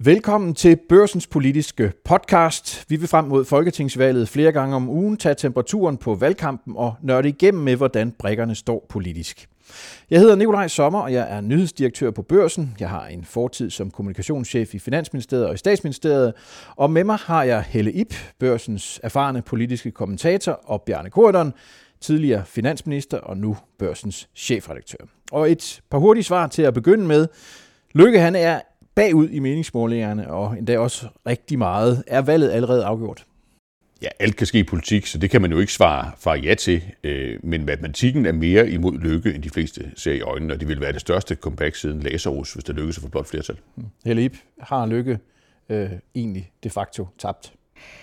Velkommen til Børsens politiske podcast. Vi vil frem mod folketingsvalget flere gange om ugen tage temperaturen på valgkampen og nørde igennem med, hvordan brikkerne står politisk. Jeg hedder Nikolaj Sommer, og jeg er nyhedsdirektør på Børsen. Jeg har en fortid som kommunikationschef i Finansministeriet og i Statsministeriet. Og med mig har jeg Helle Ib, Børsens erfarne politiske kommentator, og Bjarne Corydon, tidligere finansminister og nu Børsens chefredaktør. Og et par hurtige svar til at begynde med. Løkke, han er bagud i meningsmålingerne, og endda også rigtig meget. Er valget allerede afgjort? Ja, alt kan ske i politik, så det kan man jo ikke svare ja til. Men matematikken er mere imod Løkke, end de fleste ser i øjnene, og det vil være det største comeback siden Lazarus, hvis der lykkes at få blot flertal. Helle Ib, har Løkke egentlig de facto tabt?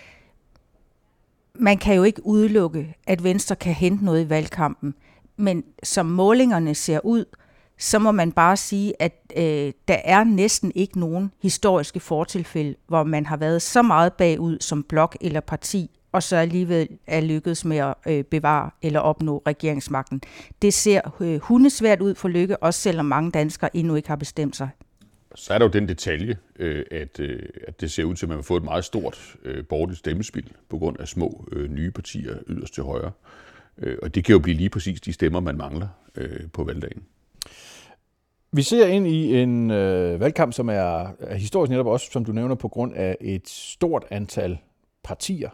Man kan jo ikke udelukke, at Venstre kan hente noget i valgkampen, men som målingerne ser ud, så må man bare sige, at der er næsten ikke nogen historiske fortilfælde, hvor man har været så meget bagud som blok eller parti, og så alligevel er lykkedes med at bevare eller opnå regeringsmagten. Det ser hundesvært ud for Løkke, også selvom mange danskere endnu ikke har bestemt sig. Så er der jo den detalje, at det ser ud til, at man vil få et meget stort borgerligt stemmespil på grund af små nye partier yderst til højre. Og det kan jo blive lige præcis de stemmer, man mangler på valgdagen. Vi ser ind i en valgkamp, som er historisk netop også, som du nævner, på grund af et stort antal partier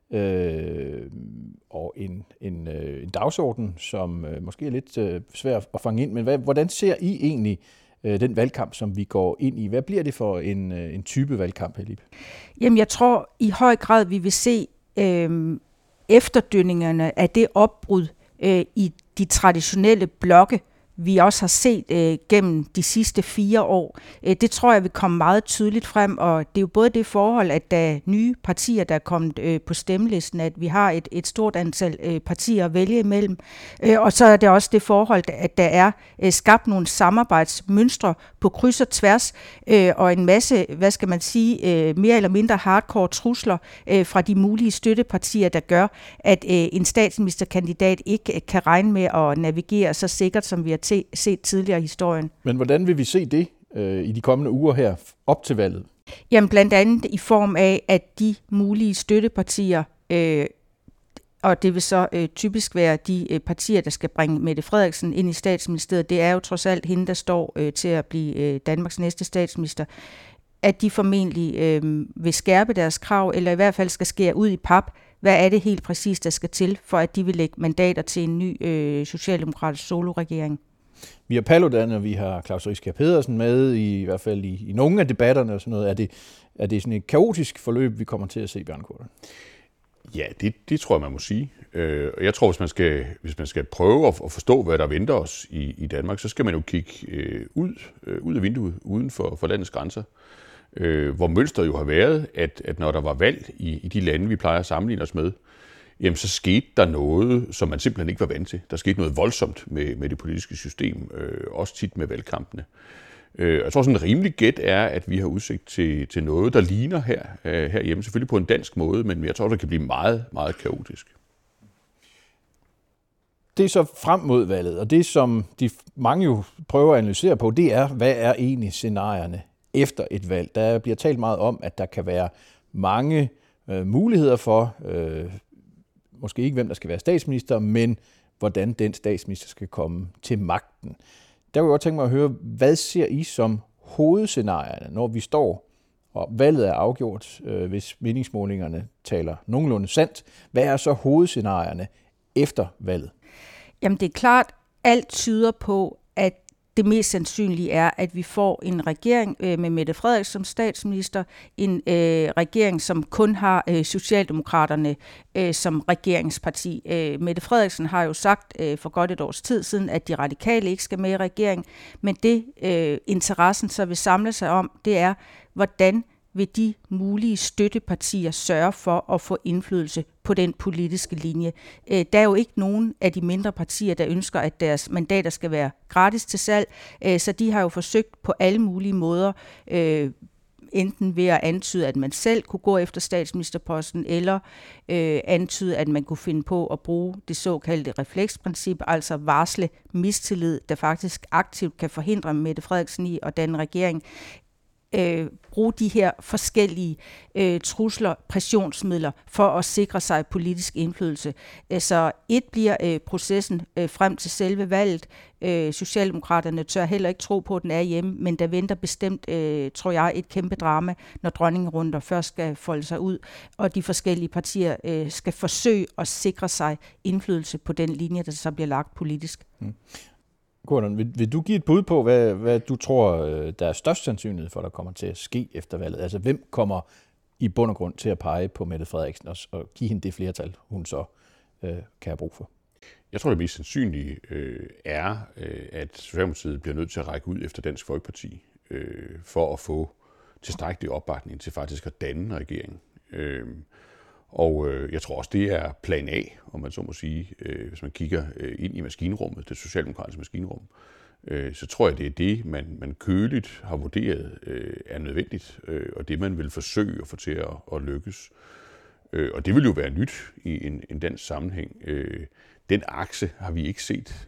og en dagsorden, som måske er lidt svær at fange ind. Men hvordan ser I egentlig den valgkamp, som vi går ind i? Hvad bliver det for en type valgkamp, Helle Ib? Jamen, jeg tror i høj grad, vi vil se efterdønningerne af det opbrud i de traditionelle blokke, vi også har set gennem de sidste 4 år. Det tror jeg vil komme meget tydeligt frem, og det er jo både det forhold, at der er nye partier, der er kommet på stemmelisten, at vi har et stort antal partier at vælge imellem, og så er det også det forhold, at der er skabt nogle samarbejdsmønstre på kryds og tværs, og en masse, mere eller mindre hardcore trusler fra de mulige støttepartier, der gør, at en statsministerkandidat ikke kan regne med at navigere så sikkert, som vi har set tidligere i historien. Men hvordan vil vi se det i de kommende uger her op til valget? Jamen blandt andet i form af, at de mulige støttepartier, og det vil så typisk være de partier, der skal bringe Mette Frederiksen ind i Statsministeriet, det er jo trods alt hende, der står til at blive Danmarks næste statsminister, at de formentlig vil skærpe deres krav, eller i hvert fald skal skære ud i pap. Hvad er det helt præcis, der skal til, for at de vil lægge mandater til en ny socialdemokratisk soloregering? Vi har Paludan, og vi har Claus Riskær Pedersen med, i hvert fald i nogle af debatterne og sådan noget. Er det sådan et kaotisk forløb, vi kommer til at se, Bjarne Corydon? Ja, det tror jeg, man må sige. Og jeg tror, hvis man skal prøve at forstå, hvad der venter os i Danmark, så skal man jo kigge ud af vinduet, uden for landets grænser. Hvor mønstret jo har været, at når der var valg i de lande, vi plejer at sammenligne os med, jamen så skete der noget, som man simpelthen ikke var vant til. Der skete noget voldsomt med det politiske system, også tit med valgkampene. Jeg tror sådan en rimelig gæt er, at vi har udsigt til noget, der ligner herhjemme, selvfølgelig på en dansk måde, men jeg tror, det kan blive meget, meget kaotisk. Det er så frem mod valget, og det som de mange jo prøver at analysere på, det er, hvad er egentlig scenarierne efter et valg. Der bliver talt meget om, at der kan være mange muligheder for, måske ikke hvem der skal være statsminister, men hvordan den statsminister skal komme til magten. Der vil jeg godt tænke mig at høre, hvad ser I som hovedscenarierne, når vi står, og valget er afgjort, hvis meningsmålingerne taler nogenlunde sandt. Hvad er så hovedscenarierne efter valget? Jamen det er klart, alt tyder på, at det mest sandsynlige er, at vi får en regering med Mette Frederiksen som statsminister, en regering, som kun har Socialdemokraterne som regeringsparti. Mette Frederiksen har jo sagt for godt et års tid siden, at de radikale ikke skal med i regering, men det interessen så vil samle sig om, det er, hvordan vil de mulige støttepartier sørge for at få indflydelse på den politiske linje. Der er jo ikke nogen af de mindre partier, der ønsker, at deres mandater skal være gratis til salg, så de har jo forsøgt på alle mulige måder, enten ved at antyde, at man selv kunne gå efter statsministerposten, eller antyde, at man kunne finde på at bruge det såkaldte refleksprincip, altså varsle mistillid, der faktisk aktivt kan forhindre Mette Frederiksen i at danne regering. bruge de her forskellige trusler, pressionsmidler for at sikre sig politisk indflydelse. Så et bliver processen frem til selve valget. Socialdemokraterne tør heller ikke tro på, at den er hjemme, men der venter bestemt, tror jeg, et kæmpe drama, når dronningerunder først skal folde sig ud, og de forskellige partier skal forsøge at sikre sig indflydelse på den linje, der så bliver lagt politisk. Gordon, vil du give et bud på, hvad du tror, der er størst sandsynlighed for, der kommer til at ske efter valget? Altså, hvem kommer i bund og grund til at pege på Mette Frederiksen og give hende det flertal, hun så kan have brug for? Jeg tror, det mest sandsynlige er, at Socialdemokratiet bliver nødt til at række ud efter Dansk Folkeparti for at få tilstrækkelig opbakning til faktisk at danne en regering. Og jeg tror også, det er plan A, om man så må sige, hvis man kigger ind i maskinrummet, det socialdemokratiske maskinrum, så tror jeg, det er det, man køligt har vurderet er nødvendigt, og det, man vil forsøge at få til at lykkes. Og det vil jo være nyt i en dansk sammenhæng. Den akse har vi ikke set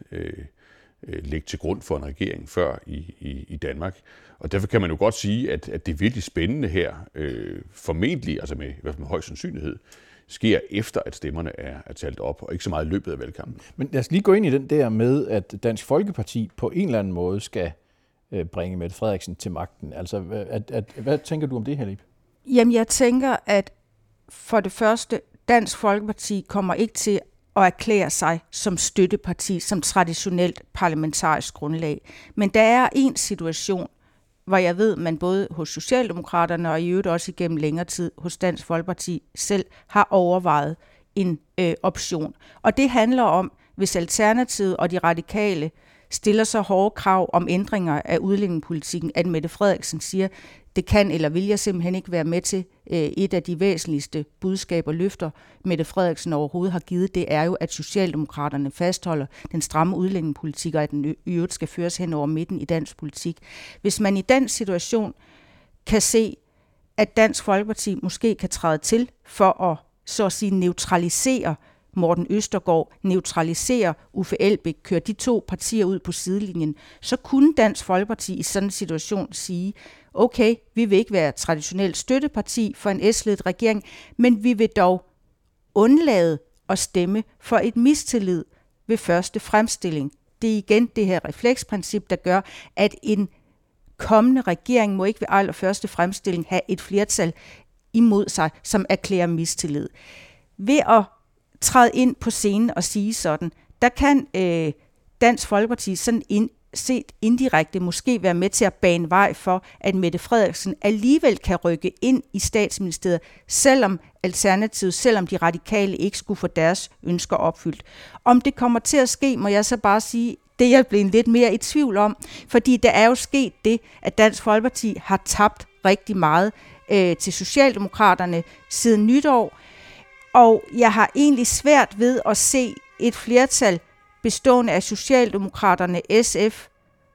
lægge til grund for en regering før i Danmark. Og derfor kan man jo godt sige, at det er virkelig spændende her, formentlig, altså med, i hvert fald med høj sandsynlighed, sker efter, at stemmerne er talt op, og ikke så meget i løbet af valgkampen. Men lad os lige gå ind i den der med, at Dansk Folkeparti på en eller anden måde skal bringe Mette Frederiksen til magten. Altså, hvad tænker du om det her, Lib? Jamen, jeg tænker, at for det første, Dansk Folkeparti kommer ikke til at erklære sig som støtteparti, som traditionelt parlamentarisk grundlag. Men der er en situation, hvor jeg ved, man både hos Socialdemokraterne og i øvrigt også igennem længere tid hos Dansk Folkeparti selv har overvejet en option. Og det handler om, hvis Alternativet og de radikale stiller så hårde krav om ændringer af udlændingepolitikken, at Mette Frederiksen siger, det kan eller vil jeg simpelthen ikke være med til. Et af de væsentligste budskaber løfter Mette Frederiksen overhovedet har givet, det er jo, at Socialdemokraterne fastholder den stramme udlændingepolitik, og at den i øvrigt skal føres hen over midten i dansk politik. Hvis man i den situation kan se, at Dansk Folkeparti måske kan træde til for at, så at sige, neutralisere Morten Østergaard, neutralisere Uffe Elbæk, køre de to partier ud på sidelinjen, så kunne Dansk Folkeparti i sådan en situation sige, okay, vi vil ikke være traditionelt støtteparti for en S-ledet regering, men vi vil dog undlade at stemme for et mistillid ved første fremstilling. Det er igen det her refleksprincip, der gør, at en kommende regering må ikke ved allerførste fremstilling have et flertal imod sig, som erklærer mistillid. Ved at træde ind på scenen og sige sådan, der kan Dansk Folkeparti sådan set indirekte måske være med til at bane vej for, at Mette Frederiksen alligevel kan rykke ind i Statsministeriet, selvom Alternativet, selvom de radikale ikke skulle få deres ønsker opfyldt. Om det kommer til at ske, må jeg så bare sige, det er jeg blevet lidt mere i tvivl om, fordi der er jo sket det, at Dansk Folkeparti har tabt rigtig meget til Socialdemokraterne siden nytår, og jeg har egentlig svært ved at se et flertal bestående af Socialdemokraterne, SF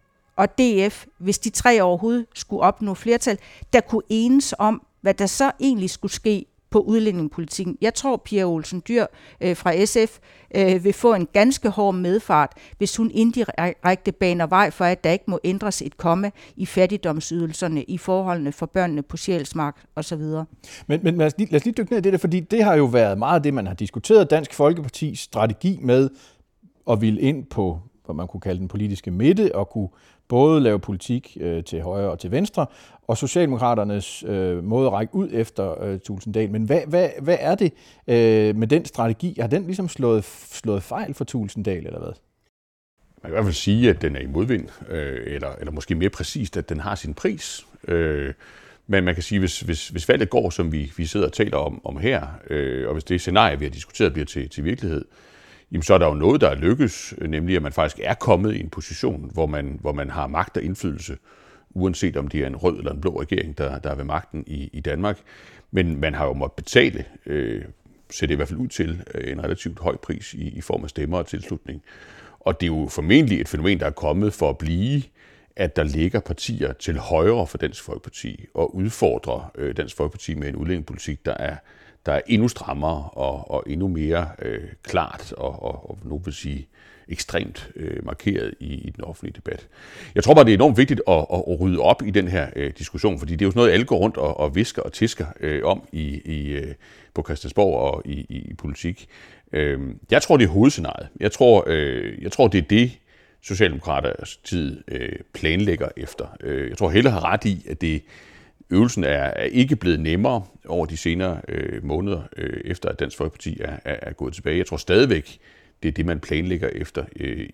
og DF, hvis de tre overhovedet skulle opnå flertal, der kunne enes om, hvad der så egentlig skulle ske på udlændingepolitikken. Jeg tror, Pia Olsen Dyhr fra SF vil få en ganske hård medfart, hvis hun indirekte baner vej for, at der ikke må ændres et komma i fattigdomsydelserne, i forholdene for børnene på Sjælsmark osv. Men lad os lige dykke ned i det der, fordi det har jo været meget af det, man har diskuteret. Dansk Folkepartis strategi med at ville ind på, hvad man kunne kalde den politiske midte, og kunne både lave politik til højre og til venstre, og Socialdemokraternes måde at række ud efter Thulesen Dahl. Men hvad er det med den strategi? Har den ligesom slået fejl for Thulesen Dahl, eller hvad? Man kan i hvert fald sige, at den er i modvind, eller måske mere præcist, at den har sin pris. Men man kan sige, hvis valget går, som vi sidder og taler om her, og hvis det scenarie, vi har diskuteret, bliver til virkelighed, jamen så er der jo noget, der er lykkes, nemlig at man faktisk er kommet i en position, hvor man har magt og indflydelse, uanset om det er en rød eller en blå regering, der er ved magten i Danmark. Men man har jo måttet betale, ser det i hvert fald ud til, en relativt høj pris i form af stemmer og tilslutning. Og det er jo formentlig et fænomen, der er kommet for at blive, at der ligger partier til højre for Dansk Folkeparti og udfordrer Dansk Folkeparti med en udlændingepolitik, der der er endnu strammere og endnu mere klart og nu vil sige ekstremt markeret i den offentlige debat. Jeg tror bare, det er enormt vigtigt at rydde op i den her diskussion, fordi det er jo sådan noget, alle går rundt og visker og tisker om på Christiansborg og i politik. Jeg tror, det er hovedscenariet. Jeg tror, det er det, Socialdemokraterne planlægger efter. Jeg tror, Helle har ret i, at øvelsen er ikke blevet nemmere over de senere måneder, efter at Dansk Folkeparti er gået tilbage. Jeg tror stadigvæk, det er det, man planlægger efter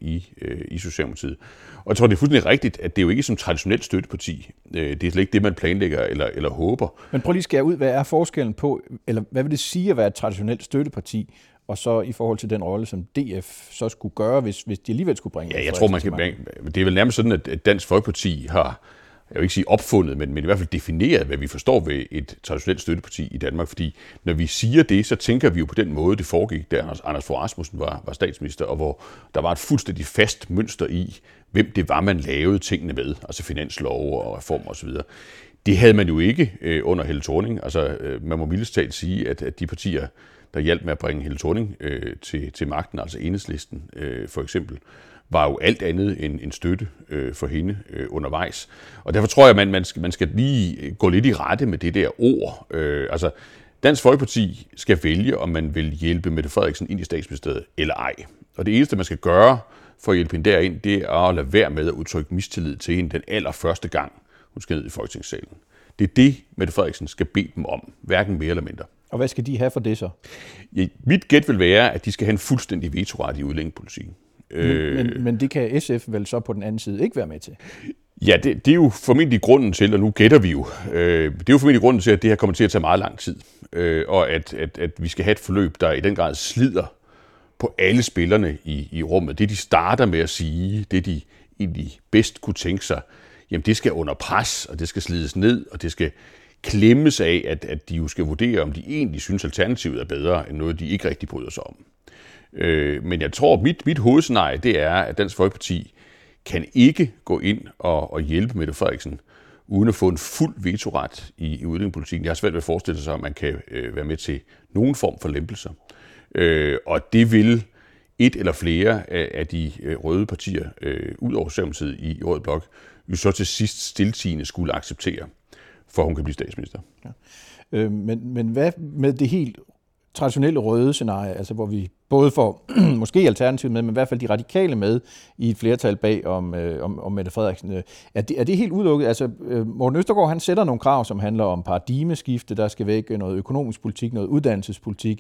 i Socialdemokratiet. Og jeg tror, det er fuldstændig rigtigt, at det er jo ikke som traditionelt støtteparti. Det er slet ikke det, man planlægger eller håber. Men prøv lige at skære ud, hvad er forskellen på, eller hvad vil det sige at være et traditionelt støtteparti, og så i forhold til den rolle, som DF så skulle gøre, hvis de alligevel skulle bringe... Ja, jeg tror, det er vel nærmest sådan, at Dansk Folkeparti har, jeg vil ikke sige opfundet, men i hvert fald defineret, hvad vi forstår ved et traditionelt støtteparti i Danmark. Fordi når vi siger det, så tænker vi jo på den måde, det foregik, da Anders Fogh Rasmussen var statsminister, og hvor der var et fuldstændig fast mønster i, hvem det var, man lavede tingene med, altså finanslov og reformer osv. Det havde man jo ikke under Helle Thorning. Altså, man må mildest talt sige, at de partier, der hjalp med at bringe Helle Thorning til magten, altså Enhedslisten for eksempel, var jo alt andet end en støtte for hende undervejs. Og derfor tror jeg, at man skal lige gå lidt i rette med det der ord. Altså, Dansk Folkeparti skal vælge, om man vil hjælpe Mette Frederiksen ind i statsministeriet eller ej. Og det eneste, man skal gøre for at hjælpe hende derind, det er at lade være med at udtrykke mistillid til hende den allerførste gang, hun skal ned i Folketingssalen. Det er det, Mette Frederiksen skal bede dem om, hverken mere eller mindre. Og hvad skal de have for det så? Ja, mit gæt vil være, at de skal have en fuldstændig vetoret i udlændingepolitikken. Men det kan SF vel så på den anden side ikke være med til? Ja, det er jo formentlig grunden til, og nu gætter vi jo, det er jo formentlig grunden til, at det her kommer til at tage meget lang tid. Og at vi skal have et forløb, der i den grad slider på alle spillerne i rummet. Det, de starter med at sige, det de egentlig bedst kunne tænke sig, jamen det skal under pres, og det skal slides ned, og det skal klemmes af, at de jo skal vurdere, om de egentlig synes, alternativet er bedre, end noget, de ikke rigtig bryder sig om. Men jeg tror, mit hovedscenarie, det er, at Dansk Folkeparti kan ikke gå ind og hjælpe Mette Frederiksen, uden at få en fuld vetoret i udlændingepolitikken. Jeg har svært ved at forestille sig, at man kan være med til nogen form for lempelser. Og det vil et eller flere af de røde partier, ud over Socialdemokratiet i Rød Blok, jo så til sidst stiltiende skulle acceptere, for hun kan blive statsminister. Ja. Men hvad med det helt traditionelle røde scenarie, altså hvor vi både får måske alternativet med, men i hvert fald de radikale med i et flertal bag om Mette Frederiksen. Er det helt udelukket? Altså Morten Østergaard, han sætter nogle krav, som handler om paradigmeskifte, der skal væk noget økonomisk politik, noget uddannelsespolitik.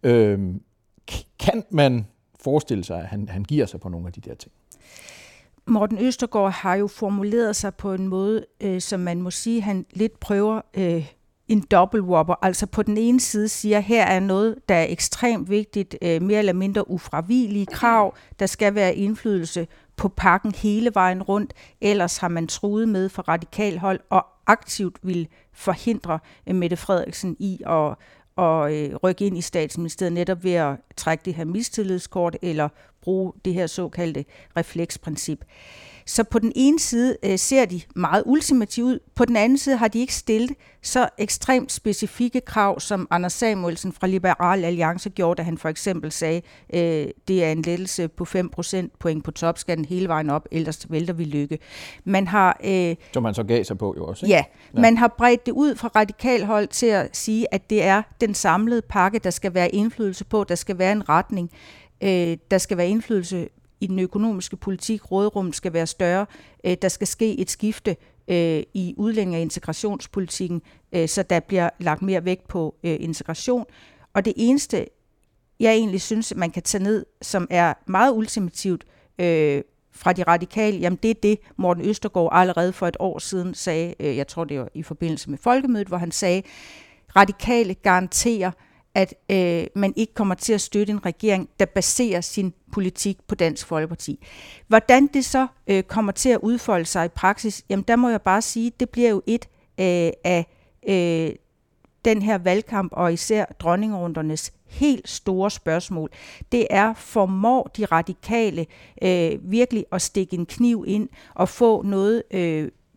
Kan man forestille sig, at han giver sig på nogle af de der ting? Morten Østergaard har jo formuleret sig på en måde, som man må sige, han lidt prøver en dobbeltwhopper. Altså på den ene side siger, her er noget, der er ekstremt vigtigt, mere eller mindre ufravigelige krav, der skal være indflydelse på pakken hele vejen rundt, ellers har man truet med fra radikal hold og aktivt vil forhindre Mette Frederiksen i at rykke ind i statsministeriet netop ved at trække det her mistillidskort eller bruge det her såkaldte refleksprincip. Så på den ene side ser de meget ultimative ud, på den anden side har de ikke stillet så ekstremt specifikke krav, som Anders Samuelsen fra Liberal Alliance gjorde, da han for eksempel sagde, det er en lettelse på 5 procentpoint på topskatten hele vejen op, ellers vælter vi Løkke. Man har, som man så gav sig på jo også, ikke? Ja, man har bredt det ud fra radikal hold til at sige, at det er den samlede pakke, der skal være indflydelse på, der skal være en retning, der skal være indflydelse i den økonomiske politik, råderummet skal være større, der skal ske et skifte i udlændinge- og integrationspolitikken, så der bliver lagt mere vægt på integration. Og det eneste, jeg egentlig synes, man kan tage ned, som er meget ultimativt fra de radikale, jamen det er det, Morten Østergaard allerede for et år siden sagde, jeg tror det var i forbindelse med folkemødet, hvor han sagde, radikale garanterer, at man ikke kommer til at støtte en regering, der baserer sin politik på Dansk Folkeparti. Hvordan det så kommer til at udfolde sig i praksis, jamen der må jeg bare sige, det bliver jo et af den her valgkamp, og især dronningerundernes helt store spørgsmål. Det er, formår de radikale virkelig at stikke en kniv ind og få noget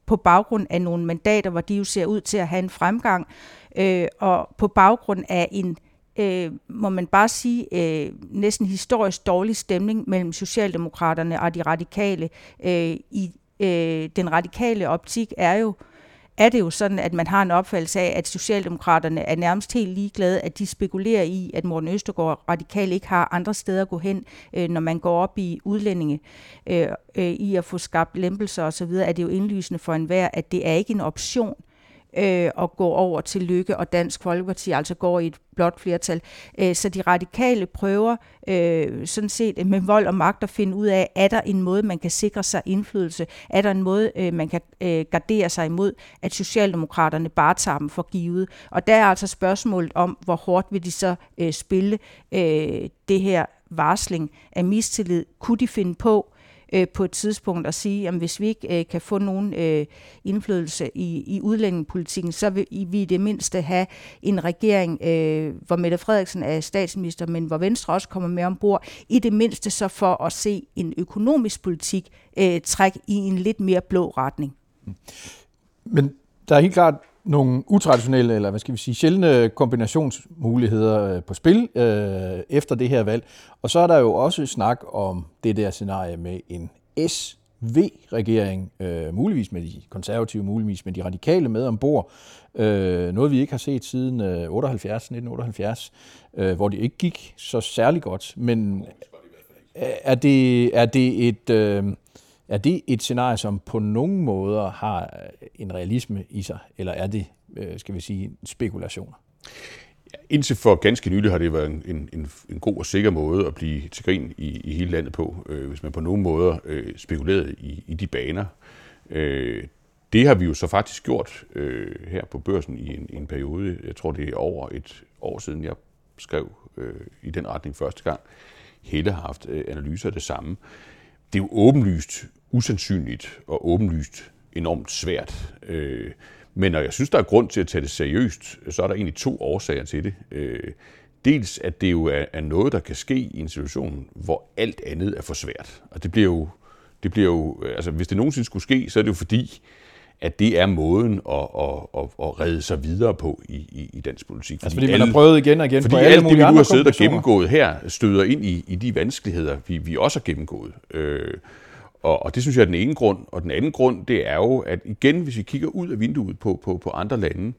på baggrund af nogle mandater, hvor de jo ser ud til at have en fremgang, og på baggrund af en, må man bare sige, næsten historisk dårlig stemning mellem Socialdemokraterne og de radikale. I den radikale optik er det jo sådan, at man har en opfattelse af, at Socialdemokraterne er nærmest helt ligeglade, at de spekulerer i, at Morten Østergaard radikale ikke har andre steder at gå hen, når man går op i udlændinge, i at få skabt lempelser osv., er det jo indlysende for enhver, at det er ikke en option at gå over til Løkke og Dansk Folkeparti, altså går i et blot flertal. Så de radikale prøver sådan set med vold og magt at finde ud af, er der en måde, man kan sikre sig indflydelse? Er der en måde, man kan gardere sig imod, at Socialdemokraterne bare tager dem for givet? Og der er altså spørgsmålet om, hvor hårdt vil de så spille det her varsling af mistillid? Kunne de finde på et tidspunkt at sige, at hvis vi ikke kan få nogen indflydelse i udlændingepolitikken, så vil vi i det mindste have en regering, hvor Mette Frederiksen er statsminister, men hvor Venstre også kommer med ombord, i det mindste så for at se en økonomisk politik trække i en lidt mere blå retning. Men der er helt klart nogle utraditionelle, eller hvad skal vi sige, sjældne kombinationsmuligheder på spil efter det her valg. Og så er der jo også snak om det der scenarie med en SV-regering, muligvis med de konservative, muligvis med de radikale med ombord. Noget vi ikke har set siden 1978, hvor det ikke gik så særlig godt. Men er det et scenarie, som på nogle måder har en realisme i sig, eller er det, skal vi sige, spekulationer? Indtil for ganske nylig har det været en god og sikker måde at blive til grin i hele landet på, hvis man på nogle måder spekulerede i de baner. Det har vi jo så faktisk gjort her på Børsen i en periode. Jeg tror, det er over et år siden, jeg skrev i den retning første gang. Helle har haft analyser af det samme. Det er jo åbenlyst usandsynligt og åbenlyst enormt svært. Men når jeg synes, der er grund til at tage det seriøst, så er der egentlig 2 årsager til det. Dels, at det jo er noget, der kan ske i en situation, hvor alt andet er for svært. Og det bliver jo, altså hvis det nogensinde skulle ske, så er det jo fordi, at det er måden at redde sig videre på i dansk politik. Fordi man har prøvet igen og igen. Fordi alt det, vi nu har siddet og gennemgået her, støder ind i de vanskeligheder, vi også har gennemgået. Og det synes jeg er den ene grund. Og den anden grund, det er jo, at igen, hvis vi kigger ud af vinduet på andre lande,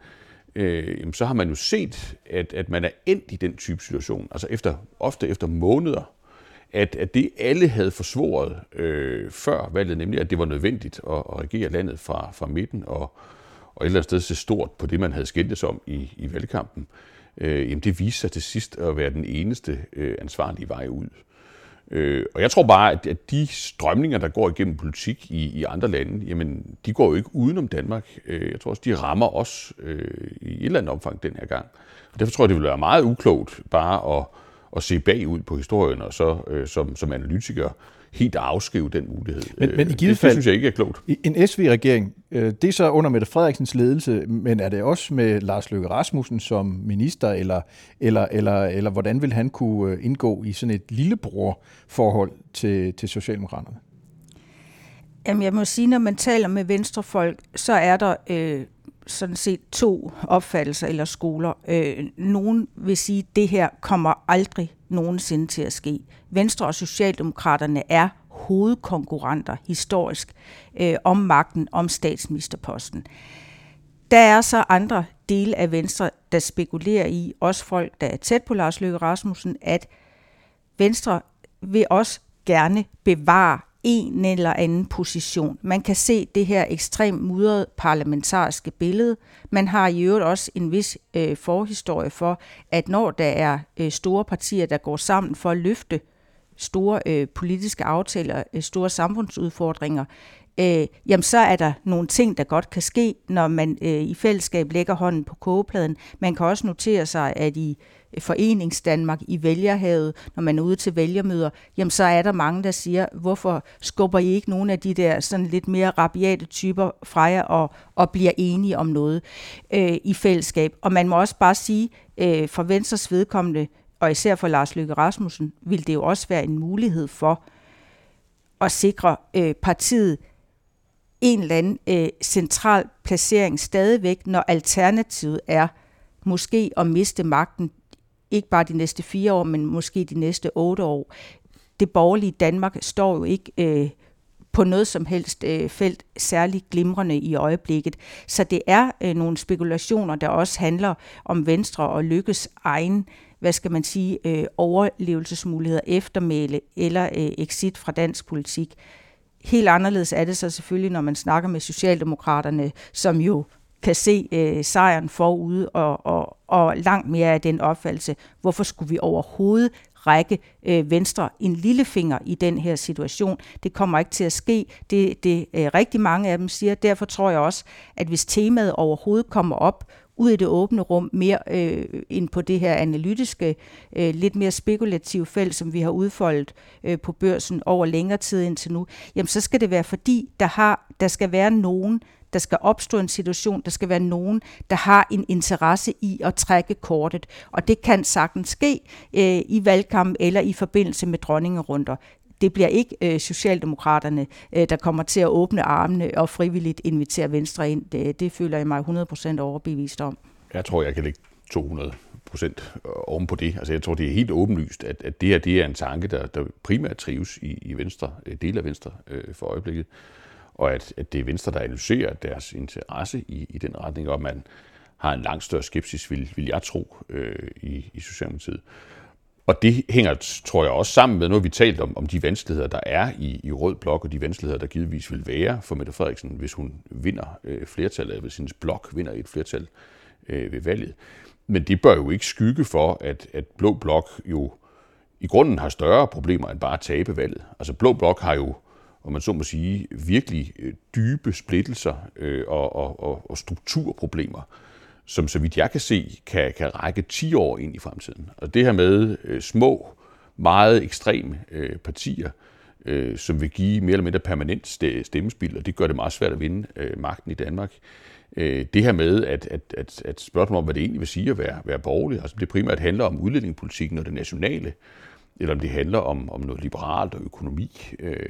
så har man jo set, at man er endt i den type situation, altså ofte efter måneder, at det alle havde forsvoret før valget, nemlig at det var nødvendigt at regere landet fra midten og et eller andet sted se stort på det, man havde skændtes om i valgkampen, jamen det viste sig til sidst at være den eneste ansvarlige vej ud. Og jeg tror bare, at de strømninger, der går igennem politik i andre lande, jamen de går jo ikke udenom Danmark. Jeg tror også, de rammer os i et eller andet omfang den her gang. Og derfor tror jeg, det vil være meget uklogt bare at se bagud på historien, og så som analytiker helt afskrive den mulighed. Men i givet fald, det synes jeg ikke er klogt. En SV-regering, det er så under Mette Frederiksens ledelse, men er det også med Lars Løkke Rasmussen som minister, eller hvordan vil han kunne indgå i sådan et lillebror-forhold til Socialdemokraterne? Jamen, jeg må sige, når man taler med venstrefolk, så er der sådan set 2 opfattelser eller skoler. Nogen vil sige, at det her kommer aldrig nogensinde til at ske. Venstre og Socialdemokraterne er hovedkonkurrenter historisk om magten, om statsministerposten. Der er så andre dele af Venstre, der spekulerer i, også folk, der er tæt på Lars Løkke Rasmussen, at Venstre vil også gerne bevare en eller anden position. Man kan se det her ekstremt mudrede parlamentariske billede. Man har i øvrigt også en vis forhistorie for, at når der er store partier, der går sammen for at løfte store politiske aftaler, store samfundsudfordringer, jamen så er der nogle ting, der godt kan ske, når man i fællesskab lægger hånden på kogepladen. Man kan også notere sig, at i Foreningsdanmark, i vælgerhavet, når man er ude til vælgermøder, jamen så er der mange, der siger, hvorfor skubber I ikke nogle af de der sådan lidt mere rabiate typer fra jer og bliver enige om noget i fællesskab. Og man må også bare sige, for Venstres vedkommende, og især for Lars Løkke Rasmussen, vil det jo også være en mulighed for at sikre partiet en eller anden central placering stadigvæk, når alternativet er måske at miste magten, ikke bare de næste 4 år, men måske de næste 8 år. Det borgerlige Danmark står jo ikke på noget som helst felt særligt glimrende i øjeblikket. Så det er nogle spekulationer, der også handler om Venstre og Lykkes egen, overlevelsesmuligheder, eftermæle eller exit fra dansk politik. Helt anderledes er det så selvfølgelig, når man snakker med Socialdemokraterne, som jo kan se sejren forude og langt mere af den opfattelse. Hvorfor skulle vi overhovedet række Venstre en lillefinger i den her situation? Det kommer ikke til at ske. Det rigtig mange af dem siger. Derfor tror jeg også, at hvis temaet overhovedet kommer op ud i det åbne rum, mere ind på det her analytiske, lidt mere spekulative felt, som vi har udfoldet på børsen over længere tid indtil nu, jamen så skal det være, fordi der skal være nogen, der skal opstå en situation, der skal være nogen, der har en interesse i at trække kortet. Og det kan sagtens ske i valgkamp eller i forbindelse med dronningerunder. Det bliver ikke Socialdemokraterne, der kommer til at åbne armene og frivilligt invitere Venstre ind. Det føler jeg mig 100% overbevist om. Jeg tror, jeg kan lægge 200% oven på det. Altså, jeg tror, det er helt åbenlyst, at det her det er en tanke, der primært trives i Venstre, dele af Venstre for øjeblikket. Og at det er Venstre, der analyserer deres interesse i den retning, og man har en langt større skepsis, vil jeg tro, i Socialdemokratiet. Og det hænger, tror jeg, også sammen med, når vi talt om de vanskeligheder, der er i Rød Blok, og de vanskeligheder, der givetvis vil være for Mette Frederiksen, hvis hun vinder flertallet, eller hvis hendes blok vinder et flertal ved valget. Men det bør jo ikke skygge for, at Blå Blok jo i grunden har større problemer end bare at tabe valget. Altså Blå Blok har jo, om man så må sige, virkelig dybe splittelser og strukturproblemer, som så vidt jeg kan se, kan række 10 år ind i fremtiden. Og det her med små, meget ekstreme partier, som vil give mere eller mindre permanent stemmespil, og det gør det meget svært at vinde magten i Danmark. Det her med, at spørgsmålet om, hvad det egentlig vil sige at være borgerlig, altså det primært handler om udlændingepolitikken og det nationale, eller om det handler om noget liberalt og økonomi,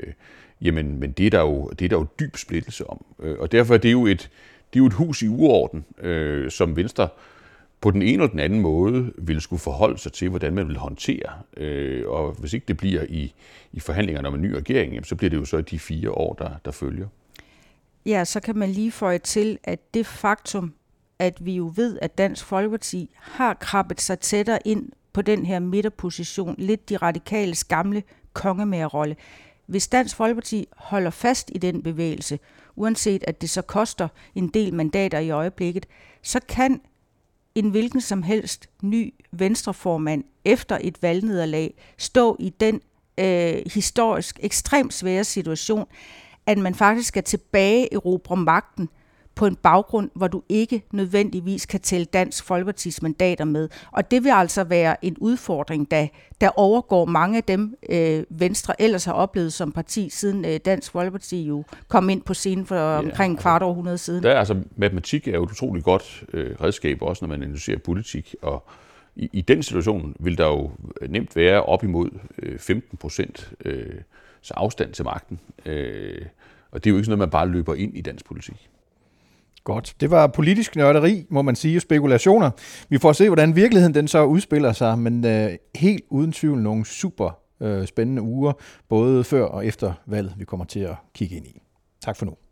men det er der jo dyb splittelse om. Og derfor er det jo et hus i uorden, som Venstre på den ene eller den anden måde ville skulle forholde sig til, hvordan man vil håndtere. Og hvis ikke det bliver i forhandlingerne om en ny regering, så bliver det jo så de 4 år, der følger. Ja, så kan man lige føje til, at det faktum, at vi jo ved, at Dansk Folkeparti har krabbet sig tættere ind på den her midterposition, lidt de radikales gamle kongemagerrolle. Hvis Dansk Folkeparti holder fast i den bevægelse, uanset at det så koster en del mandater i øjeblikket, så kan en hvilken som helst ny venstreformand efter et valgnederlag stå i den historisk ekstremt svære situation, at man faktisk skal tilbage erobre magten på en baggrund, hvor du ikke nødvendigvis kan tælle Dansk Folkepartis mandater med. Og det vil altså være en udfordring, der overgår mange af dem, Venstre ellers har oplevet som parti, siden Dansk Folkeparti jo kom ind på scenen for omkring et kvart århundrede siden. Matematik er jo et utroligt godt redskab, også når man analyserer politik, og i den situation vil der jo nemt være op imod 15% så afstand til magten. Og det er jo ikke sådan noget, man bare løber ind i dansk politik. Godt. Det var politisk nørderi, må man sige, spekulationer. Vi får se, hvordan virkeligheden den så udspiller sig, men helt uden tvivl nogle super spændende uger, både før og efter valget, vi kommer til at kigge ind i. Tak for nu.